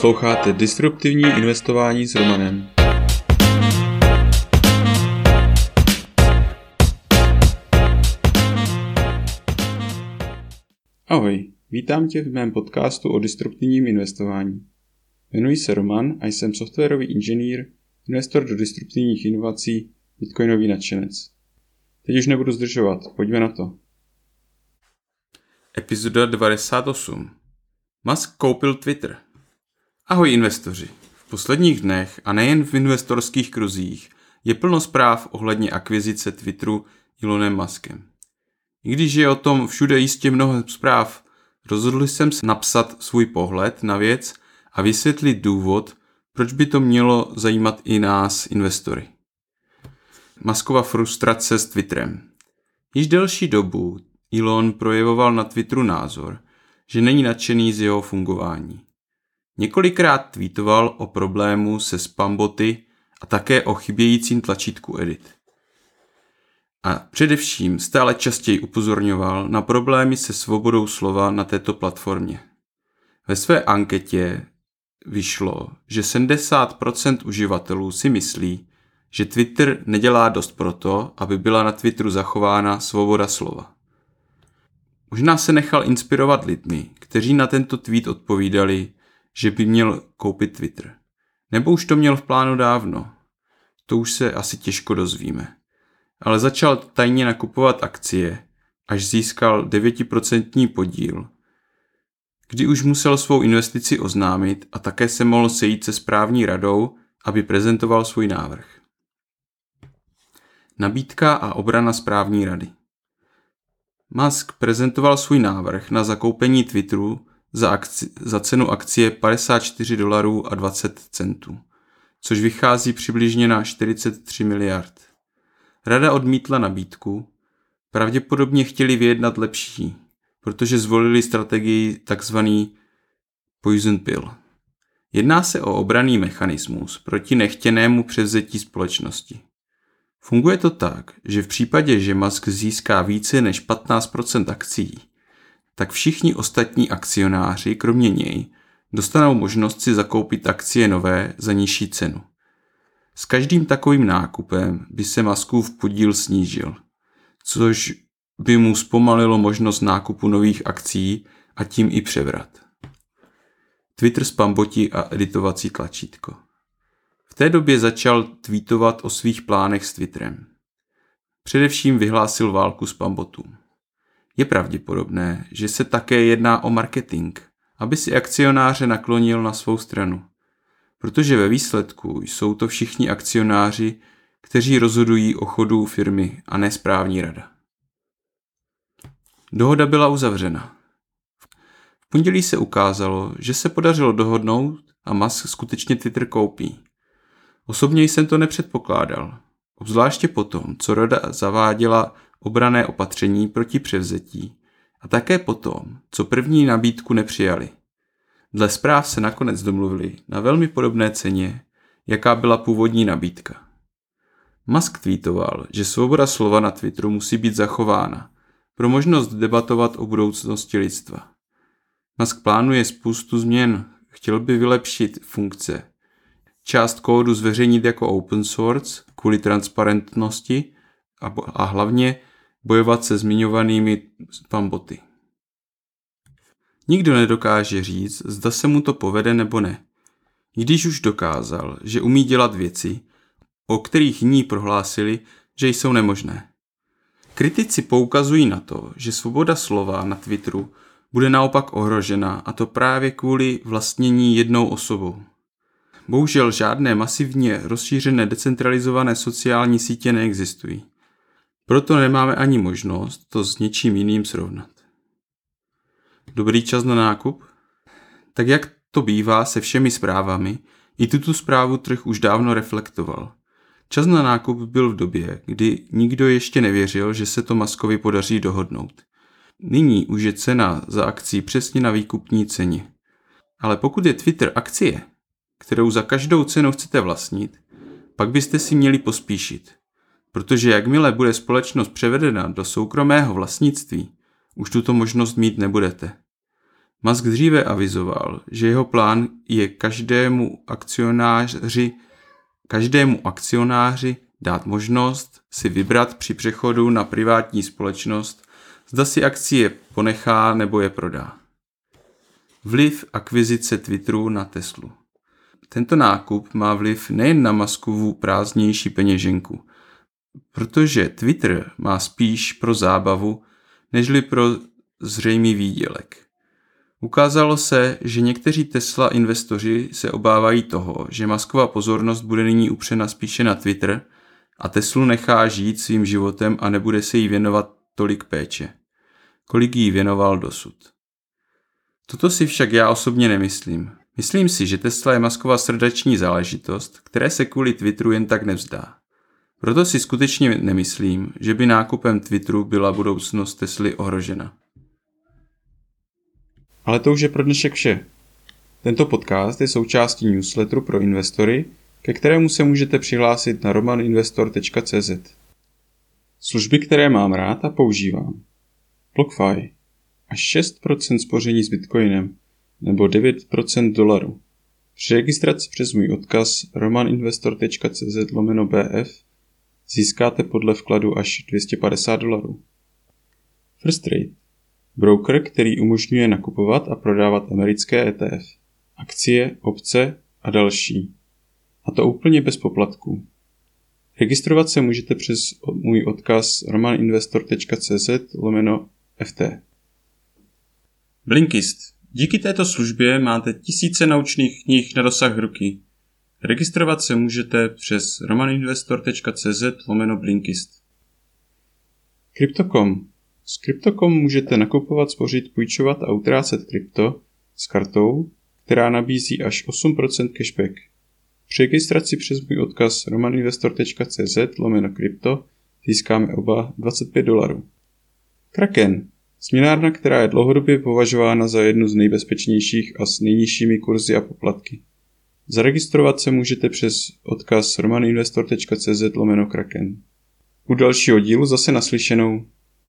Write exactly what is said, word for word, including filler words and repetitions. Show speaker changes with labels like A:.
A: Posloucháte Disruptivní investování s Romanem. Ahoj, vítám tě v mém podcastu o disruptivním investování. Jmenuji se Roman a jsem softwarový inženýr, investor do disruptivních inovací, bitcoinový nadšenec. Teď už nebudu zdržovat, pojďme na to.
B: Epizoda devadesát osm. Musk koupil Twitter. Ahoj investoři. V posledních dnech a nejen v investorských kruzích je plno zpráv ohledně akvizice Twitteru Elonem Muskem. I když je o tom všude jistě mnoho zpráv, rozhodl jsem se napsat svůj pohled na věc a vysvětlit důvod, proč by to mělo zajímat i nás, investory. Muskova frustrace s Twitterem. Již delší dobu Elon projevoval na Twitteru názor, že není nadšený z jeho fungování. Několikrát tweetoval o problému se spamboty a také o chybějícím tlačítku edit. A především stále častěji upozorňoval na problémy se svobodou slova na této platformě. Ve své anketě vyšlo, že sedmdesát procent uživatelů si myslí, že Twitter nedělá dost proto, aby byla na Twitteru zachována svoboda slova. Možná se nechal inspirovat lidmi, kteří na tento tweet odpovídali, že by měl koupit Twitter. Nebo už to měl v plánu dávno. To už se asi těžko dozvíme. Ale začal tajně nakupovat akcie, až získal devět procent podíl, kdy už musel svou investici oznámit a také se mohl sejít se správní radou, aby prezentoval svůj návrh. Nabídka a obrana správní rady. Musk prezentoval svůj návrh na zakoupení Twitteru za, akci, za cenu akcie padesát čtyři dolarů a dvacet centů, což vychází přibližně na čtyřicet tři miliard. Rada odmítla nabídku, pravděpodobně chtěli vyjednat lepší, protože zvolili strategii tzv. Poison pill. Jedná se o obranný mechanismus proti nechtěnému převzetí společnosti. Funguje to tak, že v případě, že Musk získá více než patnáct procent akcií, tak všichni ostatní akcionáři, kromě něj, dostanou možnost si zakoupit akcie nové za nižší cenu. S každým takovým nákupem by se Muskův podíl snížil, což by mu zpomalilo možnost nákupu nových akcií a tím i převrat. Twitter spamboti a editovací tlačítko. V té době začal tweetovat o svých plánech s Twitterem. Především vyhlásil válku spambotům. Je pravděpodobné, že se také jedná o marketing, aby si akcionáře naklonil na svou stranu. Protože ve výsledku jsou to všichni akcionáři, kteří rozhodují o chodu firmy a ne správní rada. Dohoda byla uzavřena. V pondělí se ukázalo, že se podařilo dohodnout a Musk skutečně Twitter koupí. Osobně jsem to nepředpokládal, obzvláště potom, co rada zaváděla obranné opatření proti převzetí a také potom, co první nabídku nepřijali. Dle zpráv se nakonec domluvili na velmi podobné ceně, jaká byla původní nabídka. Musk tweetoval, že svoboda slova na Twitteru musí být zachována pro možnost debatovat o budoucnosti lidstva. Musk plánuje spoustu změn, chtěl by vylepšit funkce, část kódu zveřejnit jako open source kvůli transparentnosti a, a hlavně bojovat se zmiňovanými spamboty. Nikdo nedokáže říct, zda se mu to povede nebo ne. Když už dokázal, že umí dělat věci, o kterých jiní prohlásili, že jsou nemožné. Kritici poukazují na to, že svoboda slova na Twitteru bude naopak ohrožena, a to právě kvůli vlastnění jednou osobou. Bohužel žádné masivně rozšířené decentralizované sociální sítě neexistují. Proto nemáme ani možnost to s něčím jiným srovnat. Dobrý čas na nákup? Tak jak to bývá se všemi zprávami, i tuto zprávu trh už dávno reflektoval. Čas na nákup byl v době, kdy nikdo ještě nevěřil, že se to Muskovi podaří dohodnout. Nyní už je cena za akcí přesně na výkupní ceně. Ale pokud je Twitter akcie, kterou za každou cenu chcete vlastnit, pak byste si měli pospíšit. Protože jakmile bude společnost převedena do soukromého vlastnictví, už tuto možnost mít nebudete. Musk dříve avizoval, že jeho plán je každému akcionáři, každému akcionáři dát možnost si vybrat při přechodu na privátní společnost, zda si akcie ponechá nebo je prodá. Vliv akvizice Twitteru na Teslu. Tento nákup má vliv nejen na Muskovu prázdnější peněženku, protože Twitter má spíš pro zábavu, nežli pro zřejmý výdělek. Ukázalo se, že někteří Tesla investoři se obávají toho, že Muskova pozornost bude nyní upřena spíše na Twitter a Teslu nechá žít svým životem a nebude se jí věnovat tolik péče, kolik jí věnoval dosud. Toto si však já osobně nemyslím. Myslím si, že Tesla je Muskova srdeční záležitost, které se kvůli Twitteru jen tak nevzdá. Proto si skutečně nemyslím, že by nákupem Twitteru byla budoucnost Tesly ohrožena.
A: Ale to už je pro dnešek vše. Tento podcast je součástí newsletteru pro investory, ke kterému se můžete přihlásit na roman investor tečka cé zet. Služby, které mám rád a používám. BlockFi. Až šest procent spoření s Bitcoinem nebo devět procent dolaru. Při registraci přes můj odkaz roman investor tečka cé zet lomeno bé ef získáte podle vkladu až dvě stě padesát dolarů. First Trade. Broker, který umožňuje nakupovat a prodávat americké é té ef, akcie, opce a další. A to úplně bez poplatků. Registrovat se můžete přes můj odkaz roman investor tečka cé zet lomeno ef té. Blinkist. Díky této službě máte tisíce naučných knih na dosah ruky. Registrovat se můžete přes roman investor tečka cé zet lomeno Blinkist. Crypto tečka com. S Crypto tečka com můžete nakupovat, spořit, půjčovat a utrácet krypto s kartou, která nabízí až osm procent cashback. Při registraci přes můj odkaz roman investor tečka cé zet lomeno krypto získáme oba dvacet pět dolarů. Kraken. Směnárna, která je dlouhodobě považována za jednu z nejbezpečnějších a s nejnižšími kurzy a poplatky. Zaregistrovat se můžete přes odkaz roman investor tečka cé zet lomeno Kraken. U dalšího dílu zase naslyšenou.